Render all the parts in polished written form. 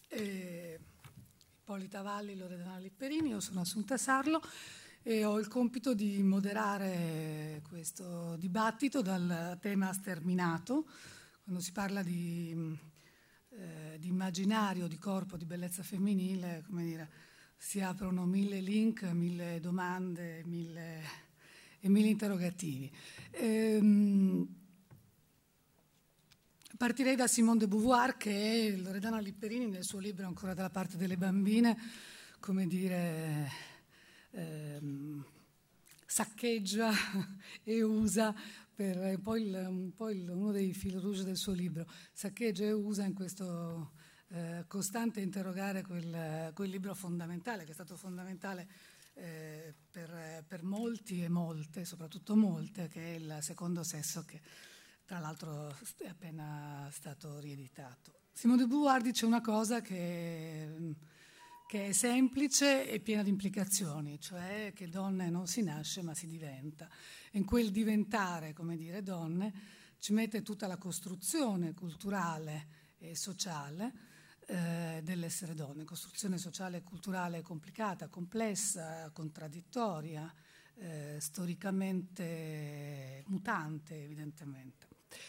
Ippolita Valli, Loredana Lipperini, io sono Assunta Sarlo e ho il compito di moderare questo dibattito dal tema sterminato. Quando si parla di immaginario, di corpo, di bellezza femminile, come dire, si aprono 1000 link, 1000 domande, 1000 interrogativi. Partirei da Simone de Beauvoir, che Loredana Lipperini nel suo libro Ancora dalla parte delle bambine, come dire, saccheggia e usa per uno dei fil rouge del suo libro, saccheggia e usa in questo costante interrogare quel libro fondamentale, che è stato fondamentale per molti e molte, soprattutto molte, che è Il secondo sesso, che tra l'altro è appena stato rieditato. Simone de Beauvoir dice una cosa che è semplice e piena di implicazioni, cioè che donne non si nasce ma si diventa. In quel diventare, come dire, donne, ci mette tutta la costruzione culturale e sociale dell'essere donne, costruzione sociale e culturale complicata, complessa, contraddittoria, storicamente mutante, evidentemente.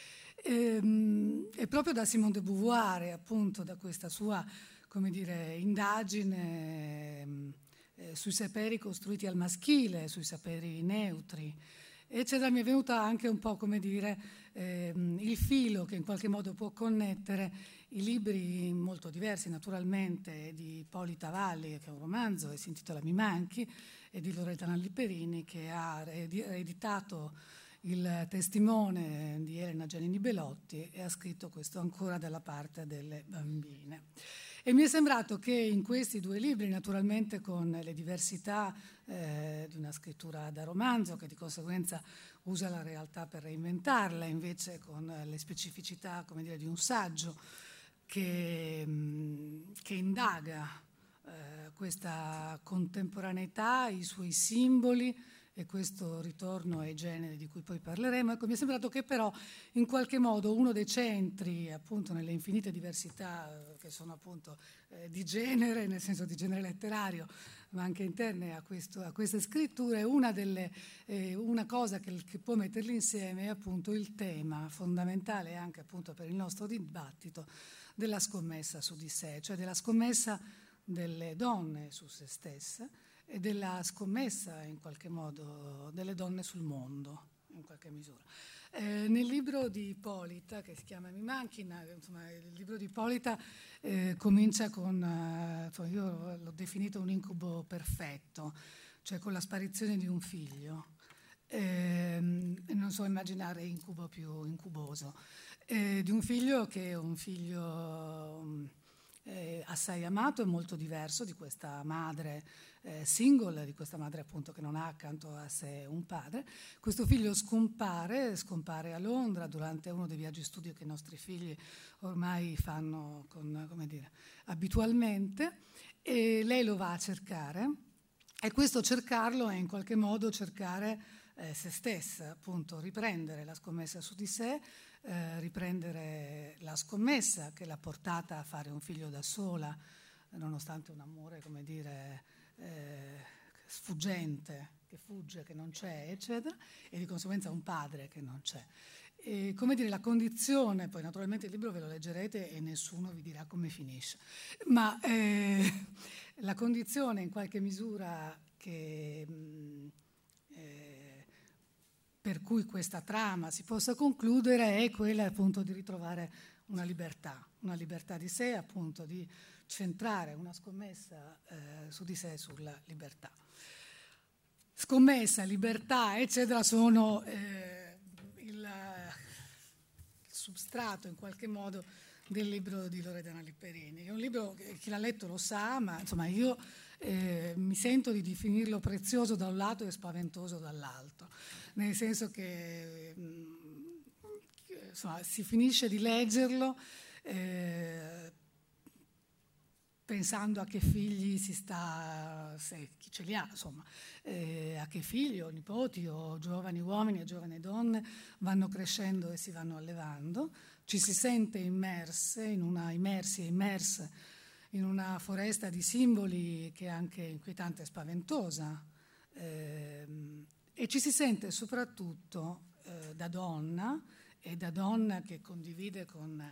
E proprio da Simone de Beauvoir, appunto da questa sua, come dire, indagine sui saperi costruiti al maschile, sui saperi neutri, eccetera, mi è venuta anche un po', come dire, il filo che in qualche modo può connettere i libri molto diversi, naturalmente, di Ippolita Valli, che è un romanzo e si intitola Mi manchi, e di Loredana Lipperini, che ha editato Il testimone di Elena Giannini Belotti e ha scritto questo Ancora dalla parte delle bambine. E mi è sembrato che in questi due libri, naturalmente con le diversità di una scrittura da romanzo, che di conseguenza usa la realtà per reinventarla, invece con le specificità, come dire, di un saggio che indaga questa contemporaneità, i suoi simboli e questo ritorno ai generi di cui poi parleremo. Ecco, mi è sembrato che però in qualche modo uno dei centri, appunto nelle infinite diversità che sono appunto di genere, nel senso di genere letterario, ma anche interne a queste scritture, una cosa che può metterli insieme è appunto il tema fondamentale anche appunto per il nostro dibattito della scommessa su di sé, cioè della scommessa delle donne su se stesse e della scommessa in qualche modo delle donne sul mondo, in qualche misura. Nel libro di Ippolita, che si chiama Mi manchi, insomma, il libro di Ippolita comincia con, io l'ho definito un incubo perfetto, cioè con la sparizione di un figlio. Non so immaginare incubo più incuboso, di un figlio che è un figlio assai amato e molto diverso di questa madre single, di questa madre appunto che non ha accanto a sé un padre. Questo figlio scompare a Londra durante uno dei viaggi studio che i nostri figli ormai fanno abitualmente, e lei lo va a cercare, e questo cercarlo è in qualche modo cercare se stessa, appunto riprendere la scommessa su di sé, riprendere la scommessa che l'ha portata a fare un figlio da sola, nonostante un amore, come dire, sfuggente, che fugge, che non c'è, eccetera, e di conseguenza un padre che non c'è. E, come dire, la condizione, poi naturalmente il libro ve lo leggerete e nessuno vi dirà come finisce, ma la condizione in qualche misura per cui questa trama si possa concludere è quella appunto di ritrovare una libertà di sé, appunto di centrare una scommessa su di sé, sulla libertà. Scommessa, libertà, eccetera, sono il substrato in qualche modo del libro di Loredana Lipperini. È un libro che chi l'ha letto lo sa, ma insomma io mi sento di definirlo prezioso da un lato e spaventoso dall'altro, nel senso che insomma, si finisce di leggerlo pensando a che figli si sta, se chi ce li ha, insomma, a che figli o nipoti o giovani uomini e giovani donne vanno crescendo e si vanno allevando. Ci si sente immerse in una foresta di simboli che è anche inquietante e spaventosa, e ci si sente soprattutto da donna, e da donna che condivide con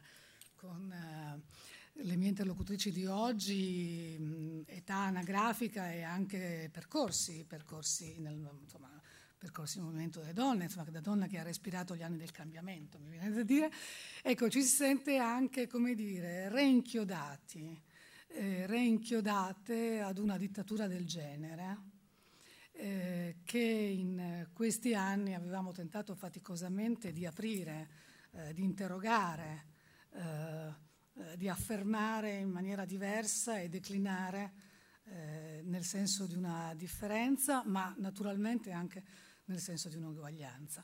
le mie interlocutrici di oggi età anagrafica e anche percorsi nel movimento delle donne, insomma, da donna che ha respirato gli anni del cambiamento, mi viene da dire. Ecco, ci si sente anche, come dire, reinchiodate ad una dittatura del genere, che in questi anni avevamo tentato faticosamente di aprire, di interrogare, di affermare in maniera diversa e declinare nel senso di una differenza, ma naturalmente anche nel senso di un'uguaglianza.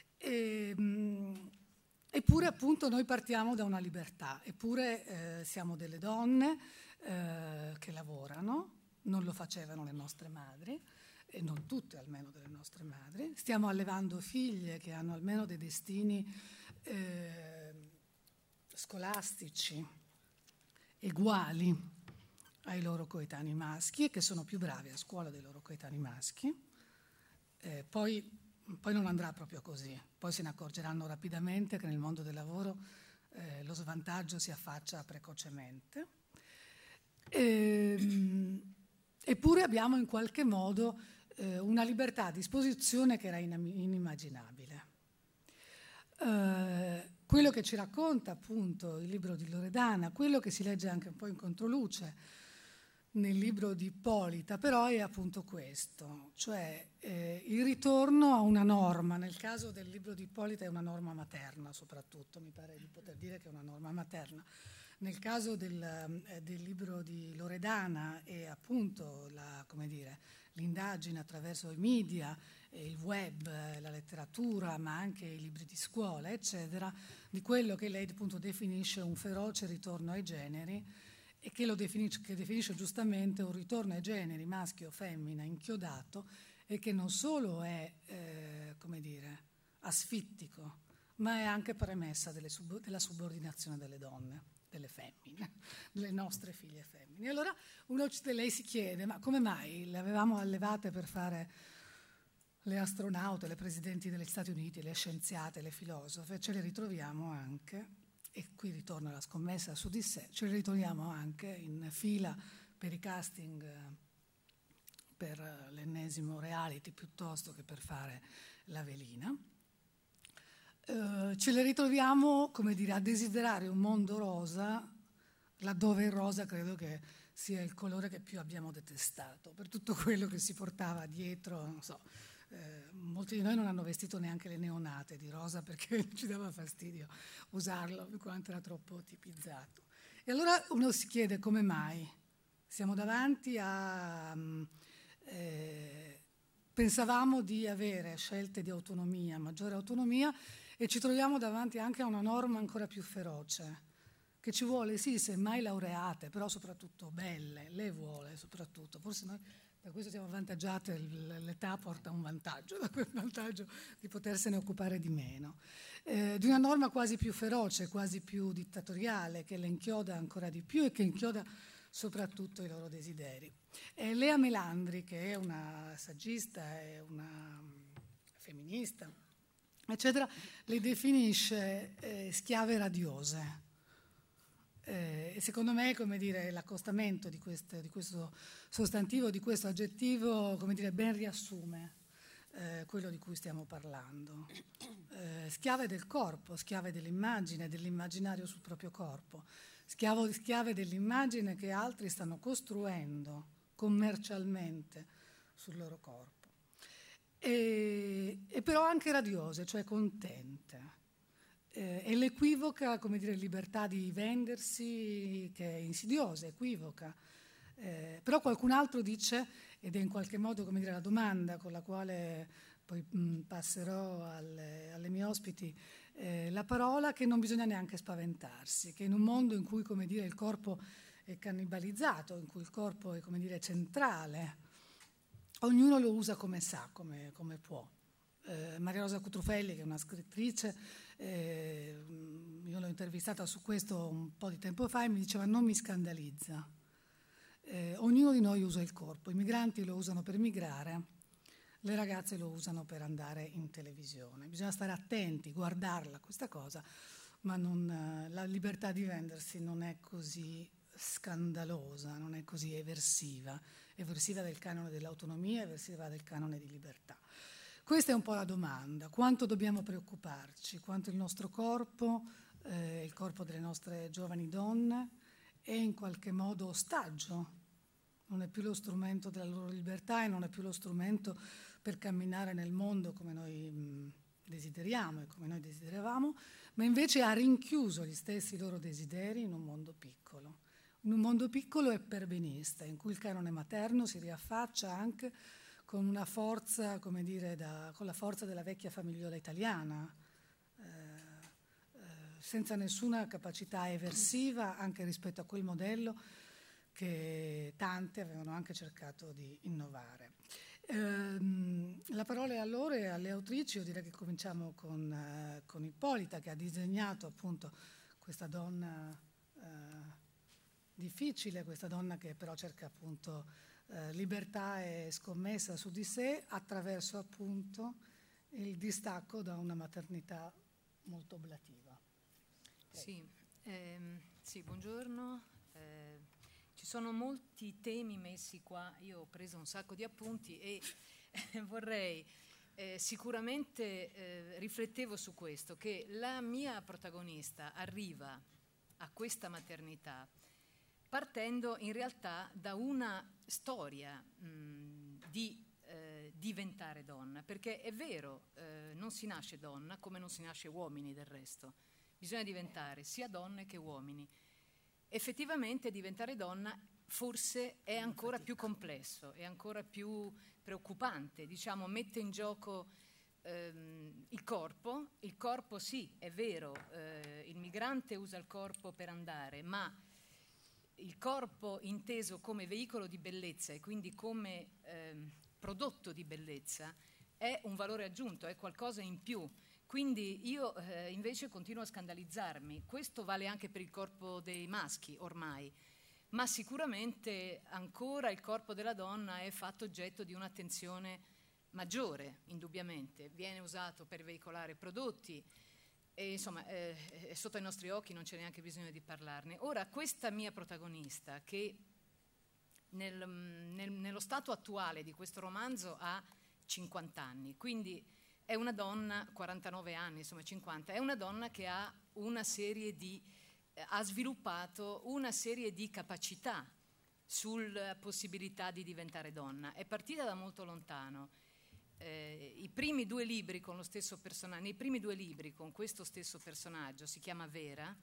Eppure appunto noi partiamo da una libertà, eppure siamo delle donne che lavorano, non lo facevano le nostre madri, e non tutte almeno delle nostre madri, stiamo allevando figlie che hanno almeno dei destini scolastici uguali ai loro coetanei maschi e che sono più bravi a scuola dei loro coetanei maschi. Poi non andrà proprio così, poi se ne accorgeranno rapidamente che nel mondo del lavoro lo svantaggio si affaccia precocemente. Eppure abbiamo in qualche modo una libertà a disposizione che era inimmaginabile. Quello che ci racconta appunto il libro di Loredana, quello che si legge anche un po' in controluce nel libro di Ippolita, però è appunto questo, cioè il ritorno a una norma. Nel caso del libro di Ippolita è una norma materna soprattutto, mi pare di poter dire che è una norma materna. Nel caso del libro di Loredana è appunto l'indagine attraverso i media, il web, la letteratura, ma anche i libri di scuola, eccetera, di quello che lei appunto definisce un feroce ritorno ai generi e che definisce giustamente un ritorno ai generi, maschio o femmina, inchiodato, e che non solo è, asfittico, ma è anche premessa della subordinazione delle donne, delle femmine, delle nostre figlie femmine. E allora lei si chiede, ma come mai le avevamo allevate per fare le astronaute, le presidenti degli Stati Uniti, le scienziate, le filosofe? Ce le ritroviamo anche, e qui ritorna la scommessa su di sé, ce le ritroviamo anche in fila per i casting per l'ennesimo reality piuttosto che per fare la velina. Ce le ritroviamo, a desiderare un mondo rosa, laddove il rosa credo che sia il colore che più abbiamo detestato, per tutto quello che si portava dietro, non so. Molti di noi non hanno vestito neanche le neonate di rosa perché ci dava fastidio usarlo, per quanto era troppo tipizzato. E allora uno si chiede come mai. Siamo davanti a... pensavamo di avere scelte di autonomia, maggiore autonomia, e ci troviamo davanti anche a una norma ancora più feroce, che ci vuole, sì, semmai laureate, però soprattutto belle, le vuole soprattutto. Forse noi per questo siamo avvantaggiate, l'età porta un vantaggio, da quel vantaggio di potersene occupare di meno. Di una norma quasi più feroce, quasi più dittatoriale, che le inchioda ancora di più e che inchioda soprattutto i loro desideri. Lea Melandri, che è una saggista, è una femminista, eccetera, le definisce schiave radiose. E secondo me, l'accostamento di questo sostantivo, di questo aggettivo, ben riassume quello di cui stiamo parlando. Schiave del corpo, schiave dell'immagine, dell'immaginario sul proprio corpo, schiave dell'immagine che altri stanno costruendo commercialmente sul loro corpo. E però anche radiose, cioè contente. E l'equivoca, libertà di vendersi, che è insidiosa, equivoca. Però qualcun altro dice, ed è in qualche modo la domanda con la quale poi passerò alle mie ospiti la parola, che non bisogna neanche spaventarsi, che in un mondo in cui il corpo è cannibalizzato, in cui il corpo è centrale, ognuno lo usa come sa, come può. Maria Rosa Cutrufelli, che è una scrittrice, io l'ho intervistata su questo un po' di tempo fa e mi diceva: non mi scandalizza ognuno di noi usa il corpo, i migranti lo usano per migrare, le ragazze lo usano per andare in televisione. Bisogna stare attenti, guardarla questa cosa, ma la libertà di vendersi non è così scandalosa, non è così eversiva del canone dell'autonomia, eversiva del canone di libertà. Questa è un po' la domanda: quanto dobbiamo preoccuparci, quanto il nostro corpo, il corpo delle nostre giovani donne è in qualche modo ostaggio, non è più lo strumento della loro libertà e non è più lo strumento per camminare nel mondo come noi desideriamo e come noi desideravamo, ma invece ha rinchiuso gli stessi loro desideri in un mondo piccolo e perbenista, in cui il canone materno si riaffaccia anche con una forza, come dire, con la forza della vecchia famigliola italiana, senza nessuna capacità eversiva anche rispetto a quel modello che tante avevano anche cercato di innovare. La parola è a loro e alle autrici. Io direi che cominciamo con Ippolita, che ha disegnato appunto questa donna difficile, questa donna che però cerca appunto libertà e scommessa su di sé attraverso appunto il distacco da una maternità molto oblativa. Sì, buongiorno. Ci sono molti temi messi qua, io ho preso un sacco di appunti e vorrei sicuramente riflettevo su questo, che la mia protagonista arriva a questa maternità partendo in realtà da una storia di diventare donna, perché è vero, non si nasce donna come non si nasce uomini del resto, bisogna diventare sia donne che uomini. Effettivamente diventare donna forse è ancora più complesso, è ancora più preoccupante, diciamo, mette in gioco il corpo sì, è vero, il migrante usa il corpo per andare, ma il corpo inteso come veicolo di bellezza e quindi come prodotto di bellezza è un valore aggiunto, è qualcosa in più. Quindi io invece continuo a scandalizzarmi. Questo vale anche per il corpo dei maschi ormai, ma sicuramente ancora il corpo della donna è fatto oggetto di un'attenzione maggiore, indubbiamente. Viene usato per veicolare prodotti e insomma è sotto ai nostri occhi, non c'è neanche bisogno di parlarne. Ora, questa mia protagonista, che nello stato attuale di questo romanzo ha 50 anni, quindi è una donna, 49 anni, insomma 50, è una donna che ha sviluppato una serie di capacità sulla possibilità di diventare donna. È partita da molto lontano. I primi due libri con lo stesso personaggio, nei primi due libri con questo stesso personaggio, si chiama Vera.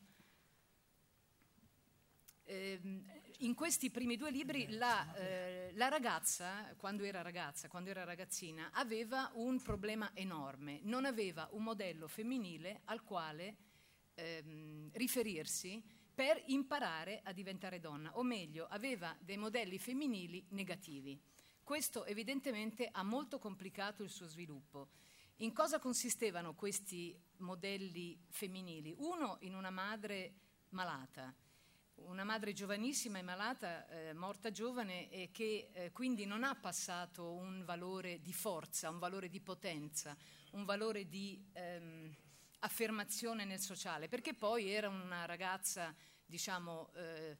In questi primi due libri la ragazza, quando era ragazzina, aveva un problema enorme, non aveva un modello femminile al quale riferirsi per imparare a diventare donna, o meglio, aveva dei modelli femminili negativi. Questo evidentemente ha molto complicato il suo sviluppo. In cosa consistevano questi modelli femminili? Uno, in una madre malata, una madre giovanissima e malata, morta giovane, e che quindi non ha passato un valore di forza, un valore di potenza, un valore di affermazione nel sociale, perché poi era una ragazza, diciamo,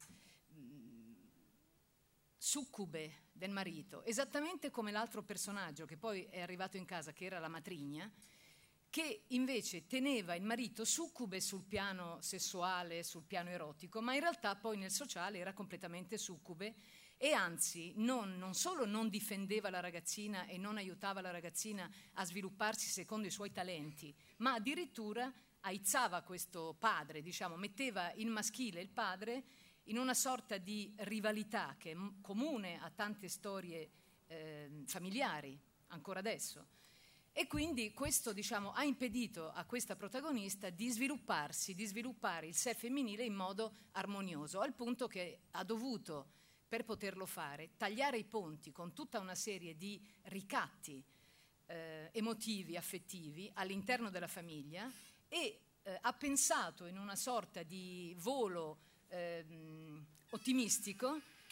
succube del marito, esattamente come l'altro personaggio che poi è arrivato in casa, che era la matrigna, che invece teneva il marito succube sul piano sessuale, sul piano erotico, ma in realtà poi nel sociale era completamente succube e anzi non solo non difendeva la ragazzina e non aiutava la ragazzina a svilupparsi secondo i suoi talenti, ma addirittura aizzava questo padre, diciamo, metteva il maschile, il padre, in una sorta di rivalità che è comune a tante storie familiari, ancora adesso. E quindi questo, diciamo, ha impedito a questa protagonista di svilupparsi, di sviluppare il sé femminile in modo armonioso, al punto che ha dovuto, per poterlo fare, tagliare i ponti con tutta una serie di ricatti emotivi, affettivi all'interno della famiglia e ha pensato in una sorta di volo ottimistico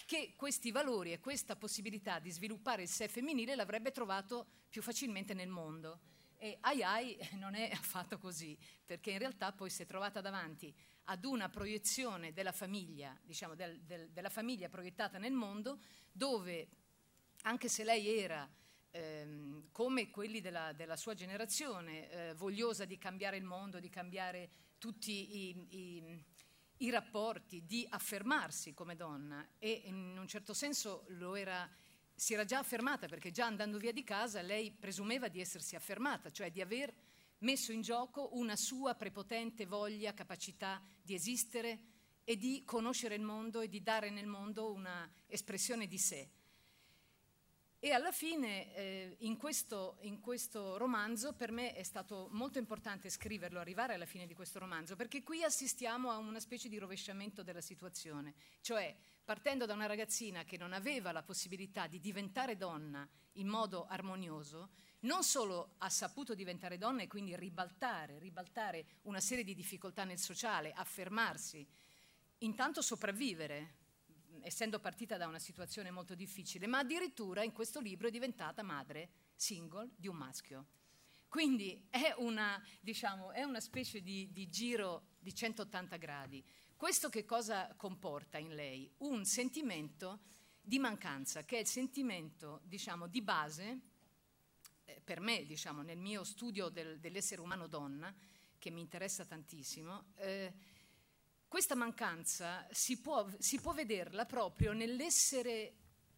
che questi valori e questa possibilità di sviluppare il sé femminile l'avrebbe trovato più facilmente nel mondo. E non è affatto così, perché in realtà poi si è trovata davanti ad una proiezione della famiglia, diciamo della famiglia proiettata nel mondo, dove anche se lei era come quelli della sua generazione, vogliosa di cambiare il mondo, di cambiare tutti i rapporti, di affermarsi come donna, e in un certo senso si era già affermata, perché già andando via di casa lei presumeva di essersi affermata, cioè di aver messo in gioco una sua prepotente voglia, capacità di esistere e di conoscere il mondo e di dare nel mondo una espressione di sé. E alla fine in questo romanzo per me è stato molto importante scriverlo, arrivare alla fine di questo romanzo, perché qui assistiamo a una specie di rovesciamento della situazione, cioè partendo da una ragazzina che non aveva la possibilità di diventare donna in modo armonioso, non solo ha saputo diventare donna e quindi ribaltare una serie di difficoltà nel sociale, affermarsi, intanto sopravvivere, essendo partita da una situazione molto difficile, ma addirittura in questo libro è diventata madre single di un maschio. Quindi è una specie di giro di 180 gradi. Questo che cosa comporta in lei? Un sentimento di mancanza, che è il sentimento, diciamo, di base, per me, diciamo, nel mio studio dell'essere umano donna, che mi interessa tantissimo. Questa mancanza si può vederla proprio nell'essere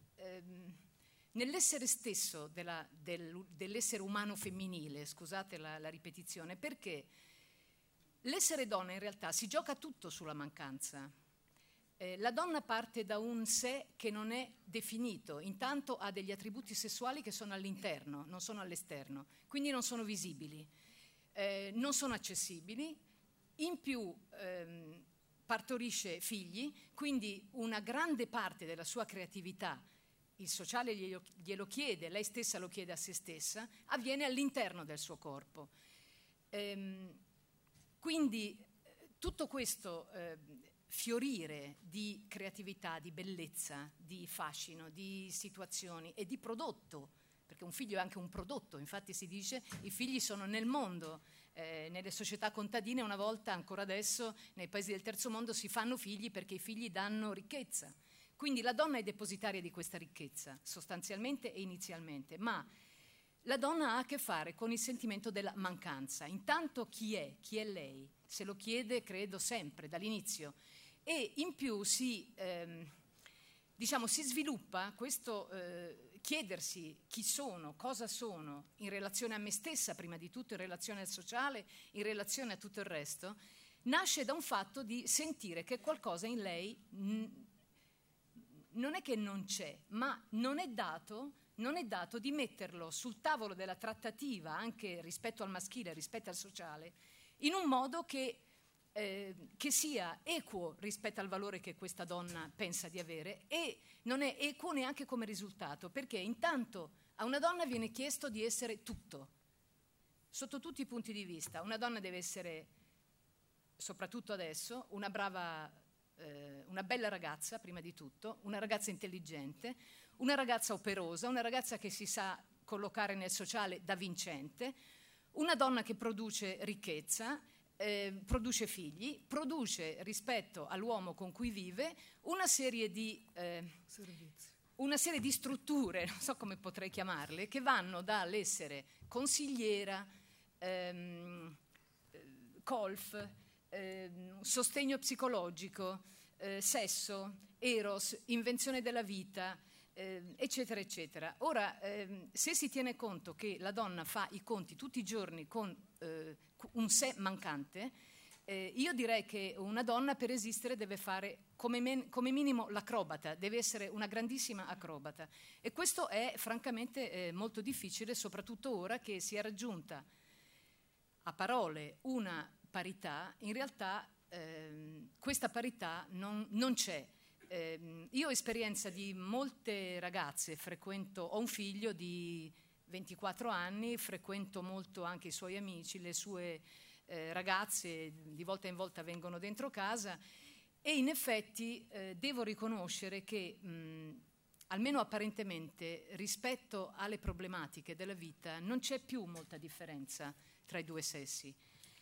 stesso dell'essere umano femminile, scusate la ripetizione, perché l'essere donna in realtà si gioca tutto sulla mancanza. La donna parte da un sé che non è definito, intanto ha degli attributi sessuali che sono all'interno, non sono all'esterno, quindi non sono visibili, non sono accessibili, in più partorisce figli, quindi una grande parte della sua creatività, il sociale glielo chiede, lei stessa lo chiede a se stessa, avviene all'interno del suo corpo. Quindi tutto questo fiorire di creatività, di bellezza, di fascino, di situazioni e di prodotto, perché un figlio è anche un prodotto, infatti si dice i figli sono nel mondo, nelle società contadine una volta, ancora adesso, nei paesi del terzo mondo si fanno figli perché i figli danno ricchezza. Quindi la donna è depositaria di questa ricchezza, sostanzialmente e inizialmente, ma la donna ha a che fare con il sentimento della mancanza. Intanto chi è lei? Se lo chiede, credo, sempre, dall'inizio. E in più si sviluppa questo chiedersi chi sono, cosa sono, in relazione a me stessa, prima di tutto, in relazione al sociale, in relazione a tutto il resto, nasce da un fatto di sentire che qualcosa in lei non è che non c'è, ma non è dato di metterlo sul tavolo della trattativa, anche rispetto al maschile, rispetto al sociale, in un modo che sia equo rispetto al valore che questa donna pensa di avere, e non è equo neanche come risultato, perché intanto a una donna viene chiesto di essere tutto, sotto tutti i punti di vista. Una donna deve essere, soprattutto adesso, una bella ragazza, prima di tutto, una ragazza intelligente, una ragazza operosa, una ragazza che si sa collocare nel sociale da vincente, una donna che produce ricchezza, produce figli, produce rispetto all'uomo con cui vive una serie di strutture, non so come potrei chiamarle, che vanno dall'essere consigliera, colf, sostegno psicologico, sesso, eros, invenzione della vita, eccetera, eccetera. Ora, se si tiene conto che la donna fa i conti tutti i giorni con un sé mancante, io direi che una donna per esistere deve fare come minimo l'acrobata, deve essere una grandissima acrobata, e questo è francamente molto difficile, soprattutto ora che si è raggiunta a parole una parità. In realtà questa parità non c'è. Io ho esperienza di molte ragazze, ho un figlio di 24 anni, frequento molto anche i suoi amici, le sue ragazze di volta in volta vengono dentro casa, E in effetti devo riconoscere che, almeno apparentemente, rispetto alle problematiche della vita, non c'è più molta differenza tra i due sessi.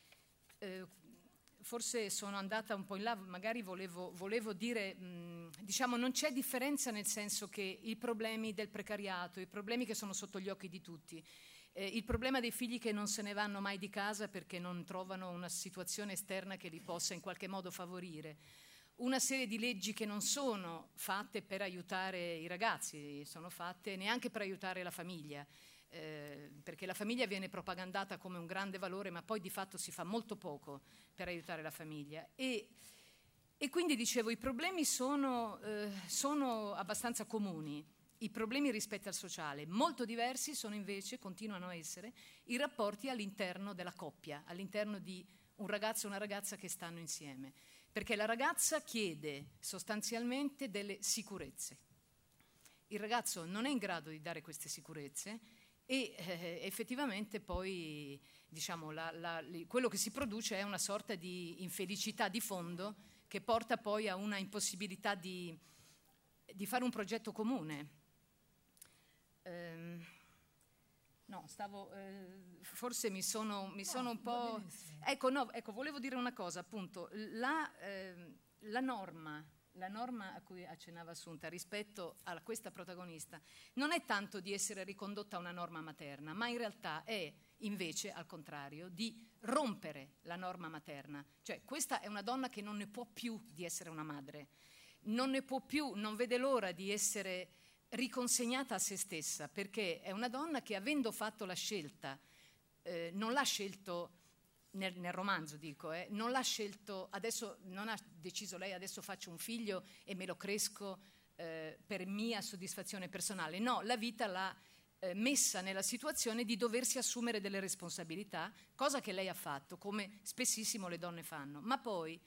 Forse sono andata un po' in là, magari volevo dire, diciamo, non c'è differenza nel senso che i problemi del precariato, i problemi che sono sotto gli occhi di tutti, il problema dei figli che non se ne vanno mai di casa perché non trovano una situazione esterna che li possa in qualche modo favorire, una serie di leggi che non sono fatte per aiutare i ragazzi, sono fatte neanche per aiutare la famiglia, perché la famiglia viene propagandata come un grande valore, ma poi di fatto si fa molto poco per aiutare la famiglia. E quindi dicevo, i problemi sono abbastanza comuni. I problemi rispetto al sociale, molto diversi sono invece, continuano a essere, i rapporti all'interno della coppia, all'interno di un ragazzo e una ragazza che stanno insieme. Perché la ragazza chiede sostanzialmente delle sicurezze. Il ragazzo non è in grado di dare queste sicurezze e effettivamente poi, diciamo, quello che si produce è una sorta di infelicità di fondo che porta poi a una impossibilità di fare un progetto comune. Forse mi sono un po'... Ecco, volevo dire una cosa, appunto, la norma a cui accennava Assunta rispetto a questa protagonista non è tanto di essere ricondotta a una norma materna, ma in realtà è invece, al contrario, di rompere la norma materna. Cioè, questa è una donna che non ne può più di essere una madre, non ne può più, non vede l'ora di essere riconsegnata a se stessa, perché è una donna che, avendo fatto la scelta, non l'ha scelto nel romanzo, dico, non l'ha scelto adesso, non ha deciso lei adesso faccio un figlio e me lo cresco per mia soddisfazione personale. No, la vita l'ha messa nella situazione di doversi assumere delle responsabilità, cosa che lei ha fatto, come spessissimo le donne fanno. Ma poi,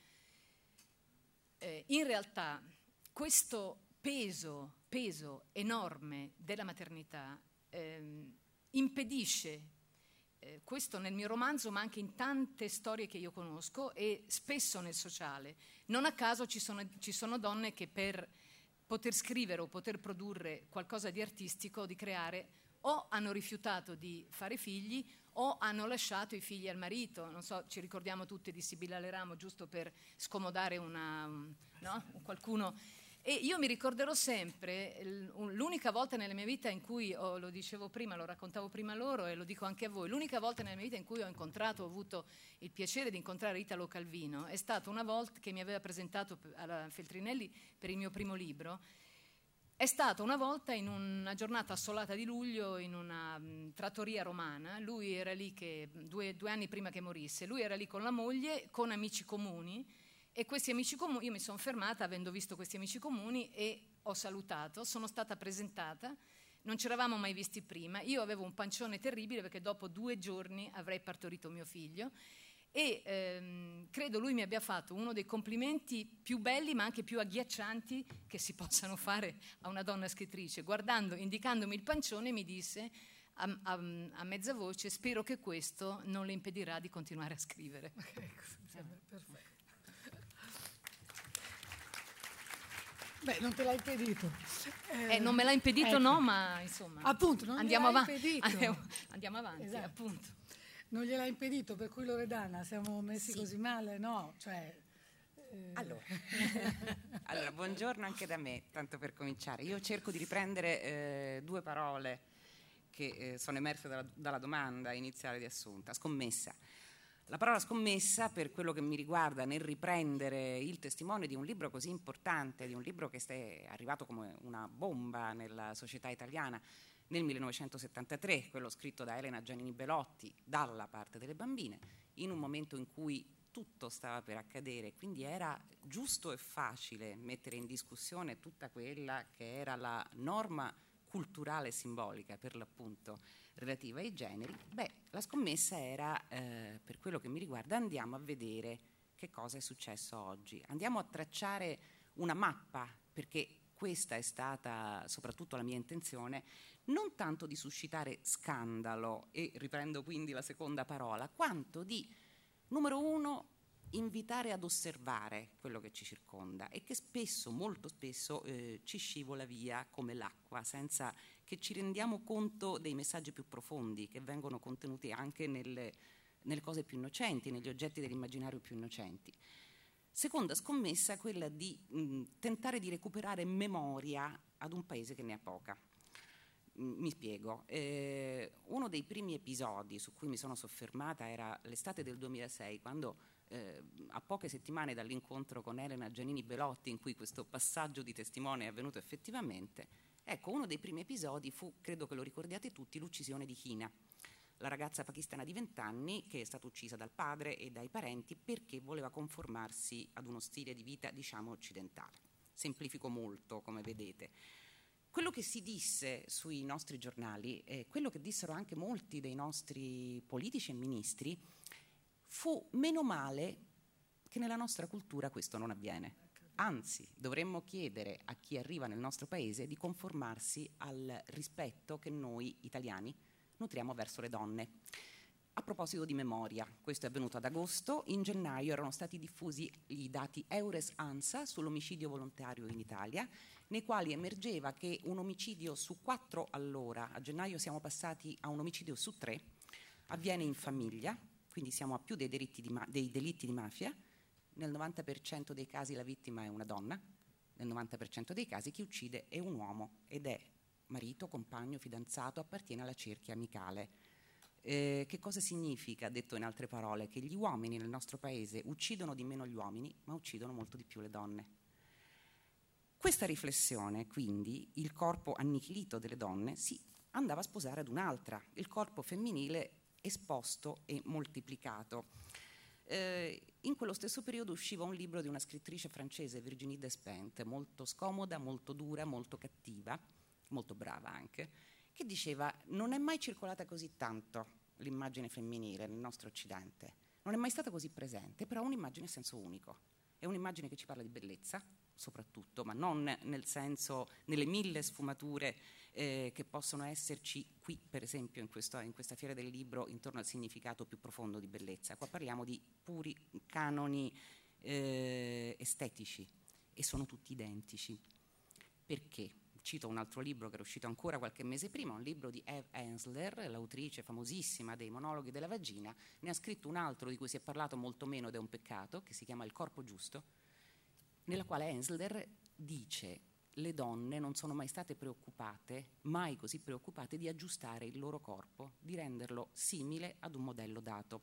in realtà, questo peso enorme della maternità impedisce, questo nel mio romanzo ma anche in tante storie che io conosco e spesso nel sociale, non a caso ci sono donne che per poter scrivere o poter produrre qualcosa di artistico, di creare, o hanno rifiutato di fare figli o hanno lasciato i figli al marito. Non so, ci ricordiamo tutte di Sibilla Leramo, giusto per scomodare qualcuno. E io mi ricorderò sempre l'unica volta nella mia vita in cui, lo dicevo prima, lo raccontavo prima a loro e lo dico anche a voi, l'unica volta nella mia vita in cui ho avuto il piacere di incontrare Italo Calvino è stata una volta che mi aveva presentato alla Feltrinelli per il mio primo libro. È stata una volta in una giornata assolata di luglio in una trattoria romana. Lui era lì due anni prima che morisse, lui era lì con la moglie, con amici comuni. E questi amici comuni, io mi sono fermata avendo visto questi amici comuni e ho salutato, sono stata presentata, non ci eravamo mai visti prima, io avevo un pancione terribile perché dopo 2 giorni avrei partorito mio figlio e credo lui mi abbia fatto uno dei complimenti più belli ma anche più agghiaccianti che si possano fare a una donna scrittrice. Indicandomi il pancione mi disse a mezza voce: spero che questo non le impedirà di continuare a scrivere. Perfetto. Beh, non te l'ha impedito. Non me l'ha impedito, ecco. No, ma insomma. Appunto, non andiamo impedito. Andiamo avanti, esatto. Appunto. Non gliel'ha impedito, per cui Loredana, siamo messi così male? No, cioè... Allora, buongiorno anche da me, tanto per cominciare. Io cerco di riprendere 2 parole che sono emerse dalla domanda iniziale di Assunta. Scommessa. La parola scommessa, per quello che mi riguarda, nel riprendere il testimone di un libro così importante, di un libro che è arrivato come una bomba nella società italiana nel 1973, quello scritto da Elena Giannini Belotti, Dalla parte delle bambine, in un momento in cui tutto stava per accadere, quindi era giusto e facile mettere in discussione tutta quella che era la norma culturale e simbolica, per l'appunto, relativa ai generi. La scommessa era, per quello che mi riguarda, andiamo a vedere che cosa è successo oggi. Andiamo a tracciare una mappa, perché questa è stata soprattutto la mia intenzione, non tanto di suscitare scandalo, e riprendo quindi la seconda parola, quanto di, numero 1, invitare ad osservare quello che ci circonda e che spesso, molto spesso, ci scivola via come l'acqua, senza che ci rendiamo conto dei messaggi più profondi che vengono contenuti anche nelle cose più innocenti, negli oggetti dell'immaginario più innocenti. Seconda scommessa è quella di tentare di recuperare memoria ad un paese che ne ha poca. Mi spiego. Uno dei primi episodi su cui mi sono soffermata era l'estate del 2006, quando a poche settimane dall'incontro con Elena Giannini Belotti, in cui questo passaggio di testimone è avvenuto effettivamente, ecco, uno dei primi episodi fu, credo che lo ricordiate tutti, l'uccisione di Hina, la ragazza pakistana di 20 anni che è stata uccisa dal padre e dai parenti perché voleva conformarsi ad uno stile di vita, diciamo, occidentale. Semplifico molto, come vedete. Quello che si disse sui nostri giornali, quello che dissero anche molti dei nostri politici e ministri, fu meno male che nella nostra cultura questo non avviene. Anzi, dovremmo chiedere a chi arriva nel nostro paese di conformarsi al rispetto che noi italiani nutriamo verso le donne. A proposito di memoria, questo è avvenuto ad agosto, in gennaio erano stati diffusi i dati Eures-ANSA sull'omicidio volontario in Italia, nei quali emergeva che un omicidio su 4 all'ora, a gennaio siamo passati a un omicidio su 3, avviene in famiglia, quindi siamo a più dei delitti di mafia. Nel 90% dei casi la vittima è una donna, nel 90% dei casi chi uccide è un uomo ed è marito, compagno, fidanzato, appartiene alla cerchia amicale. Che cosa significa, detto in altre parole? Che gli uomini nel nostro paese uccidono di meno gli uomini, ma uccidono molto di più le donne. Questa riflessione, quindi, il corpo annichilito delle donne si andava a sposare ad un'altra, il corpo femminile esposto e moltiplicato. In quello stesso periodo usciva un libro di una scrittrice francese, Virginie Despentes, molto scomoda, molto dura, molto cattiva, molto brava anche, che diceva: non è mai circolata così tanto l'immagine femminile nel nostro Occidente, non è mai stata così presente, però è un'immagine a senso unico, è un'immagine che ci parla di bellezza soprattutto, ma non nel senso, nelle 1000 sfumature che possono esserci qui, per esempio in questa fiera del libro, intorno al significato più profondo di bellezza. Qua parliamo di puri canoni estetici e sono tutti identici. Perché? Cito un altro libro che era uscito ancora qualche mese prima, un libro di Eve Ensler, l'autrice famosissima dei monologhi della vagina. Ne ha scritto un altro di cui si è parlato molto meno ed è un peccato, che si chiama Il corpo giusto, nella quale Ensler dice: le donne non sono mai state preoccupate, mai così preoccupate, di aggiustare il loro corpo, di renderlo simile ad un modello dato.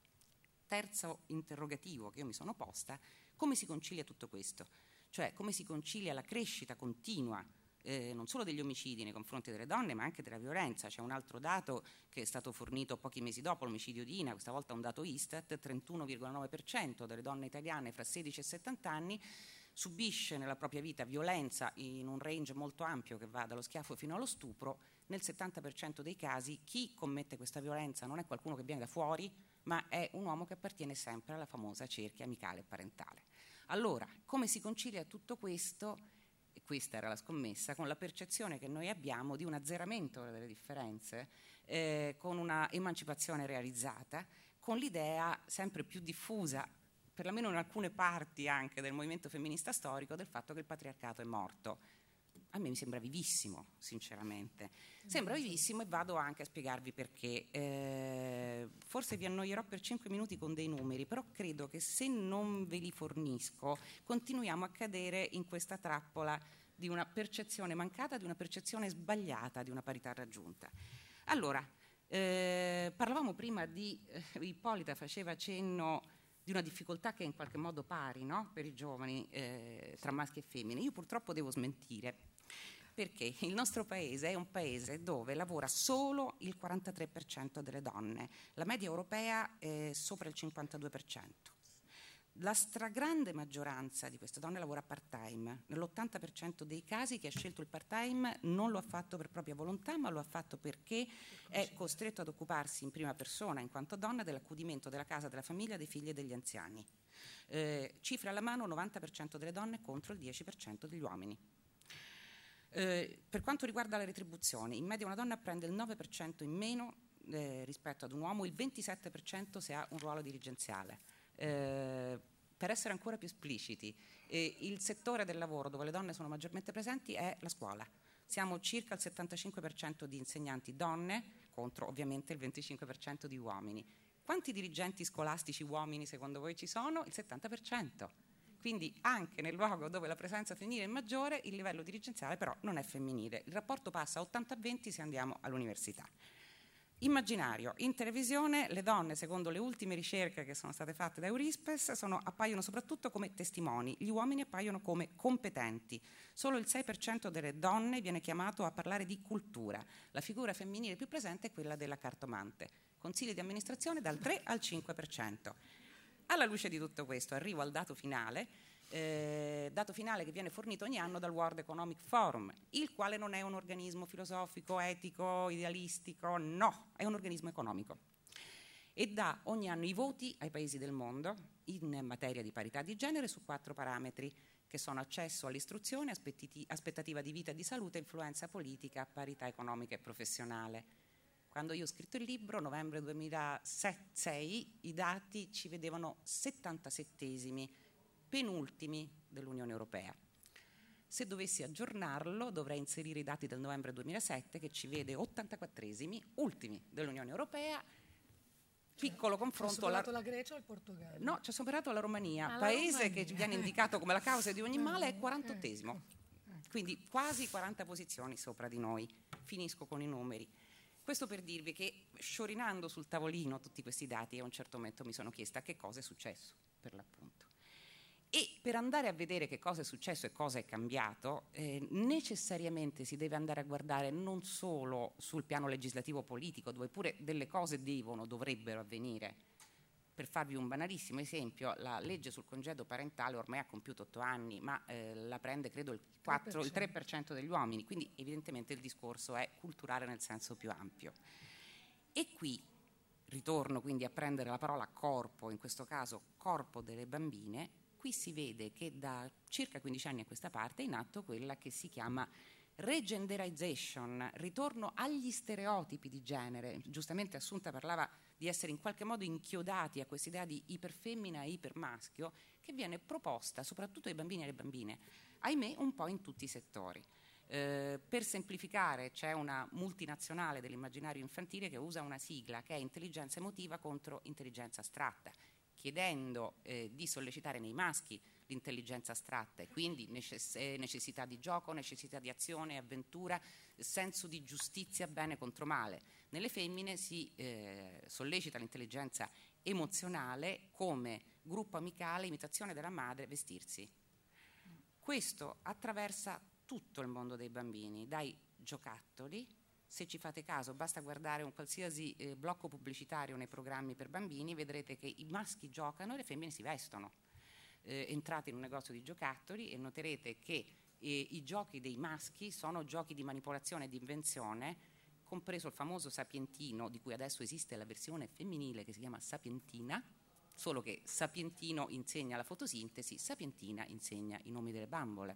Terzo interrogativo che io mi sono posta: come si concilia tutto questo? Cioè, come si concilia la crescita continua non solo degli omicidi nei confronti delle donne, ma anche della violenza. C'è un altro dato che è stato fornito pochi mesi dopo l'omicidio di Hina, questa volta un dato Istat: 31,9% delle donne italiane fra 16 e 70 anni subisce nella propria vita violenza in un range molto ampio che va dallo schiaffo fino allo stupro. Nel 70% dei casi chi commette questa violenza non è qualcuno che viene da fuori, ma è un uomo che appartiene sempre alla famosa cerchia amicale e parentale. Allora, come si concilia tutto questo? E questa era la scommessa, con la percezione che noi abbiamo di un azzeramento delle differenze, con una emancipazione realizzata, con l'idea sempre più diffusa, perlomeno in alcune parti anche del movimento femminista storico, del fatto che il patriarcato è morto. A me mi sembra vivissimo, sinceramente. Sembra vivissimo, e vado anche a spiegarvi perché. Forse vi annoierò per 5 minuti con dei numeri, però credo che se non ve li fornisco continuiamo a cadere in questa trappola di una percezione mancata, di una percezione sbagliata di una parità raggiunta. Allora, parlavamo prima di Ippolita faceva cenno di una difficoltà che è in qualche modo pari, no? Per i giovani tra maschi e femmine. Io purtroppo devo smentire, perché il nostro paese è un paese dove lavora solo il 43% delle donne, la media europea è sopra il 52%. La stragrande maggioranza di queste donne lavora part-time. Nell'80% dei casi chi ha scelto il part-time non lo ha fatto per propria volontà, ma lo ha fatto perché è costretto ad occuparsi in prima persona, in quanto donna, dell'accudimento della casa, della famiglia, dei figli e degli anziani. Cifre alla mano, 90% delle donne contro il 10% degli uomini. Per quanto riguarda la retribuzione, in media una donna prende il 9% in meno rispetto ad un uomo, il 27% se ha un ruolo dirigenziale. Per essere ancora più espliciti, il settore del lavoro dove le donne sono maggiormente presenti è la scuola. Siamo circa il 75% di insegnanti donne contro ovviamente il 25% di uomini. Quanti dirigenti scolastici uomini secondo voi ci sono? Il 70%. Quindi anche nel luogo dove la presenza femminile è maggiore, il livello dirigenziale però non è femminile. Il rapporto passa a 80-20 se andiamo all'università. Immaginario. In televisione le donne, secondo le ultime ricerche che sono state fatte da Eurispes, appaiono soprattutto come testimoni, gli uomini appaiono come competenti. Solo il 6% delle donne viene chiamato a parlare di cultura. La figura femminile più presente è quella della cartomante. Consigli di amministrazione dal 3 al 5%. Alla luce di tutto questo arrivo al dato finale che viene fornito ogni anno dal World Economic Forum, il quale non è un organismo filosofico, etico, idealistico, no, è un organismo economico e dà ogni anno i voti ai paesi del mondo in materia di parità di genere su 4 parametri che sono accesso all'istruzione, aspettativa di vita e di salute, influenza politica, parità economica e professionale. Quando io ho scritto il libro, novembre 2006, i dati ci vedevano 77esimi, penultimi dell'Unione Europea. Se dovessi aggiornarlo, dovrei inserire i dati del novembre 2007, che ci vede 84esimi, ultimi dell'Unione Europea. Piccolo confronto. Ci ha superato la Grecia o il Portogallo? No, ci ha superato la Romania, paese che viene indicato come la causa di ogni male, è 48esimo. Quindi quasi 40 posizioni sopra di noi. Finisco con i numeri. Questo per dirvi che, sciorinando sul tavolino tutti questi dati, a un certo momento mi sono chiesta che cosa è successo, per l'appunto. E per andare a vedere che cosa è successo e cosa è cambiato, necessariamente si deve andare a guardare non solo sul piano legislativo politico, dove pure delle cose dovrebbero avvenire. Per farvi un banalissimo esempio, la legge sul congedo parentale ormai ha compiuto 8 anni, ma la prende credo il 3% degli uomini, quindi evidentemente il discorso è culturale nel senso più ampio. E qui ritorno quindi a prendere la parola corpo, in questo caso corpo delle bambine. Qui si vede che da circa 15 anni a questa parte è in atto quella che si chiama regenderization, ritorno agli stereotipi di genere. Giustamente Assunta parlava di essere in qualche modo inchiodati a quest'idea di iperfemmina e ipermaschio che viene proposta soprattutto ai bambini e alle bambine, ahimè un po' in tutti i settori. Per semplificare, c'è una multinazionale dell'immaginario infantile che usa una sigla che è intelligenza emotiva contro intelligenza astratta, chiedendo di sollecitare nei maschi l'intelligenza astratta e quindi necessità di gioco, necessità di azione, avventura, senso di giustizia, bene contro male. Nelle femmine si sollecita l'intelligenza emozionale come gruppo amicale, imitazione della madre, vestirsi. Questo attraversa tutto il mondo dei bambini, dai giocattoli. Se ci fate caso, basta guardare un qualsiasi blocco pubblicitario nei programmi per bambini, vedrete che i maschi giocano e le femmine si vestono. Entrate in un negozio di giocattoli e noterete che i giochi dei maschi sono giochi di manipolazione e di invenzione, compreso il famoso Sapientino, di cui adesso esiste la versione femminile che si chiama Sapientina, solo che Sapientino insegna la fotosintesi, Sapientina insegna i nomi delle bambole.